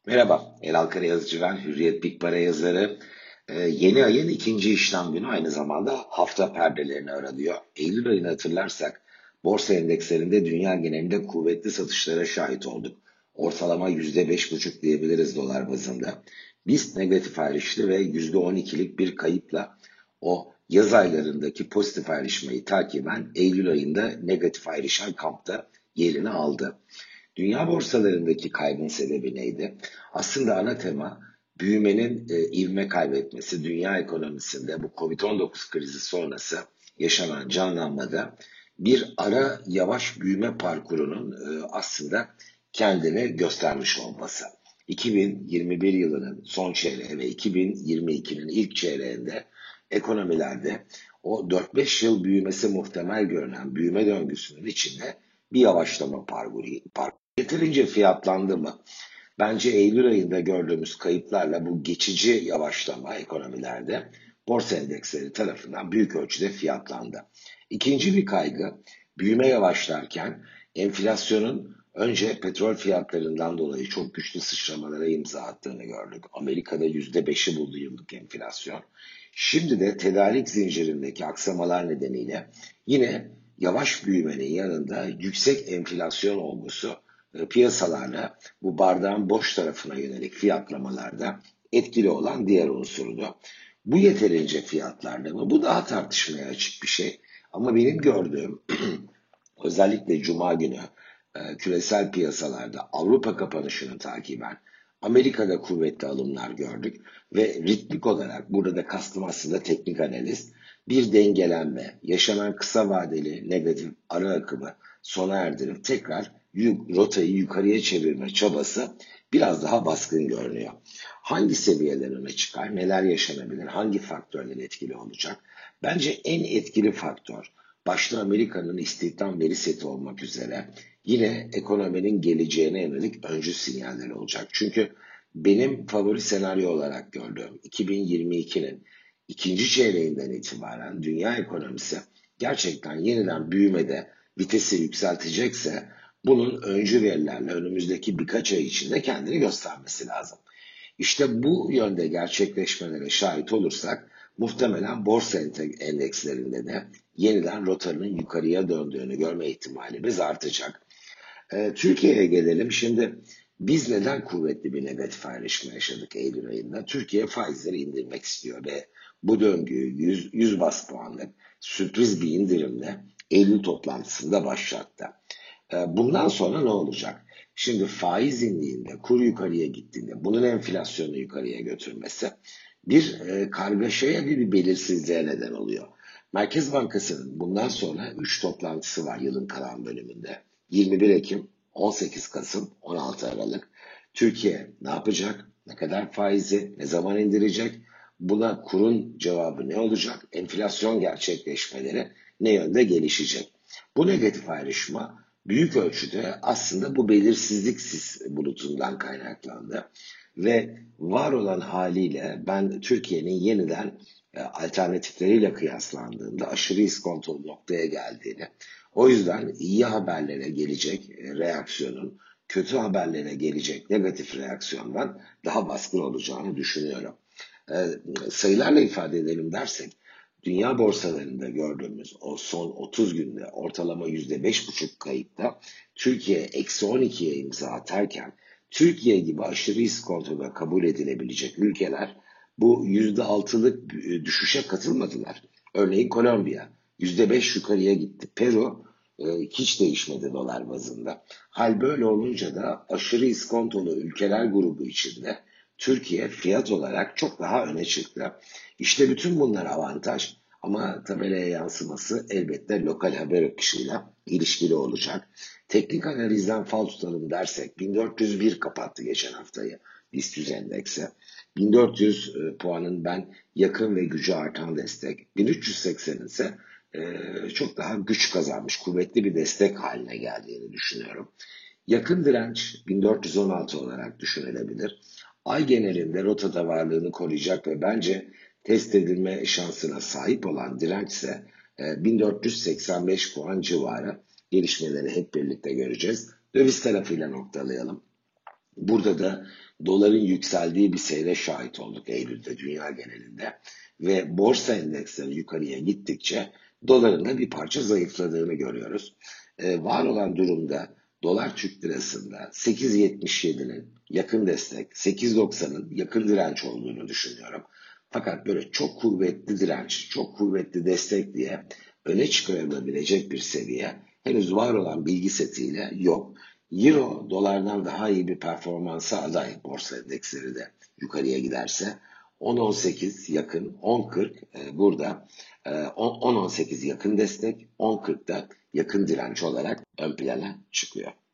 Merhaba, Elal Karayazıcı ben, Hürriyet Big Para yazarı. Yeni ayın ikinci işlem günü aynı zamanda hafta perdelerini aralıyor. Eylül ayını hatırlarsak borsa endekslerinde dünya genelinde kuvvetli satışlara şahit olduk. Ortalama %5,5 diyebiliriz dolar bazında. BIST negatif ayrıştı ve %12'lik bir kayıpla o yaz aylarındaki pozitif ayrışmayı takiben Eylül ayında negatif ayrışan kampta yerini aldı. Dünya borsalarındaki kaybın sebebi neydi? Aslında ana tema büyümenin ivme kaybetmesi, dünya ekonomisinde bu Covid-19 krizi sonrası yaşanan canlanmada bir ara yavaş büyüme parkurunun aslında kendini göstermiş olması. 2021 yılının son çeyreği ve 2022'nin ilk çeyreğinde ekonomilerde o 4-5 yıl büyümesi muhtemel görünen büyüme döngüsünün içinde bir yavaşlama parkuru. Yeterince fiyatlandı mı? Bence Eylül ayında gördüğümüz kayıplarla bu geçici yavaşlama ekonomilerde borsa endeksleri tarafından büyük ölçüde fiyatlandı. İkinci bir kaygı, büyüme yavaşlarken enflasyonun önce petrol fiyatlarından dolayı çok güçlü sıçramalara imza attığını gördük. Amerika'da %5'i buldu yıllık enflasyon. Şimdi de tedarik zincirindeki aksamalar nedeniyle yine yavaş büyümenin yanında yüksek enflasyon olgusu piyasalarla bu bardağın boş tarafına yönelik fiyatlamalarda etkili olan diğer unsurdu. Bu yeterince fiyatlandı mı? Bu daha tartışmaya açık bir şey. Ama benim gördüğüm özellikle Cuma günü küresel piyasalarda Avrupa kapanışını takiben Amerika'da kuvvetli alımlar gördük ve ritmik olarak burada kastım aslında teknik analiz bir dengelenme, yaşanan kısa vadeli negatif ara akımı sona erdirip tekrar rotayı yukarıya çevirme çabası biraz daha baskın görünüyor. Hangi seviyeler öne çıkar, neler yaşanabilir, hangi faktörler etkili olacak? Bence en etkili faktör başta Amerika'nın istihdam veri seti olmak üzere yine ekonominin geleceğine yönelik öncü sinyaller olacak. Çünkü benim favori senaryo olarak gördüğüm 2022'nin ikinci çeyreğinden itibaren dünya ekonomisi gerçekten yeniden büyümede vitesi yükseltecekse bunun öncü verilerle önümüzdeki birkaç ay içinde kendini göstermesi lazım. İşte bu yönde gerçekleşmelere şahit olursak muhtemelen borsa endekslerinde de yeniden rotanın yukarıya döndüğünü görme ihtimalimiz artacak. Türkiye'ye gelelim. Şimdi biz neden kuvvetli bir negatif ayrışma yaşadık Eylül ayında? Türkiye faizleri indirmek istiyor ve bu döngüyü 100 bas puanlık sürpriz bir indirimle Eylül toplantısında başlattı. Bundan sonra ne olacak? Şimdi faiz indiğinde, kur yukarıya gittiğinde, bunun enflasyonu yukarıya götürmesi bir kargaşaya ve bir belirsizliğe neden oluyor. Merkez Bankası'nın bundan sonra 3 toplantısı var yılın kalan bölümünde. 21 Ekim, 18 Kasım, 16 Aralık. Türkiye ne yapacak? Ne kadar faizi, ne zaman indirecek? Buna kurun cevabı ne olacak? Enflasyon gerçekleşmeleri ne yönde gelişecek? Bu negatif ayrışma büyük ölçüde aslında bu belirsizlik bulutundan kaynaklandı. Ve var olan haliyle ben Türkiye'nin yeniden alternatifleriyle kıyaslandığında aşırı iskontolu noktaya geldiğini, o yüzden iyi haberlere gelecek reaksiyonun kötü haberlere gelecek negatif reaksiyondan daha baskın olacağını düşünüyorum. Sayılarla ifade edelim dersek, dünya borsalarında gördüğümüz o son 30 günde ortalama %5,5 kayıpta Türkiye -12'ye imza atarken Türkiye gibi aşırı iskontoda kabul edilebilecek ülkeler bu %6'lık düşüşe katılmadılar. Örneğin Kolombiya %5 yukarıya gitti. Peru hiç değişmedi dolar bazında. Hal böyle olunca da aşırı iskontolu ülkeler grubu içinde Türkiye fiyat olarak çok daha öne çıktı. İşte bütün bunlar avantaj ama tabelaya yansıması elbette lokal haber akışıyla ilişkili olacak. Teknik analizden fal tutalım dersek 1401 kapattı geçen haftayı BIST 100 endeksi. 1400 puanın ben yakın ve gücü artan destek. 1380'in ise çok daha güç kazanmış, kuvvetli bir destek haline geldiğini düşünüyorum. Yakın direnç 1416 olarak düşünülebilir. Ay genelinde rotada varlığını koruyacak ve bence test edilme şansına sahip olan direnç ise 1485 puan civarı gelişmeleri hep birlikte göreceğiz. Döviz tarafıyla noktalayalım. Burada da doların yükseldiği bir seyre şahit olduk Eylül'de dünya genelinde ve borsa endeksleri yukarıya gittikçe doların da bir parça zayıfladığını görüyoruz. Var olan durumda dolar Türk lirasında 8.77'nin yakın destek, 8.90'ın yakın direnç olduğunu düşünüyorum. Fakat böyle çok kuvvetli direnç, çok kuvvetli destek diye öne çıkarılabilecek bir seviye henüz var olan bilgi setiyle yok. Euro dolardan daha iyi bir performansa aday borsa endeksleri de yukarıya giderse 10.18 yakın, 10.40 burada 10.18 yakın destek, 10.40 da yakın direnç olarak ön plana çıkıyor.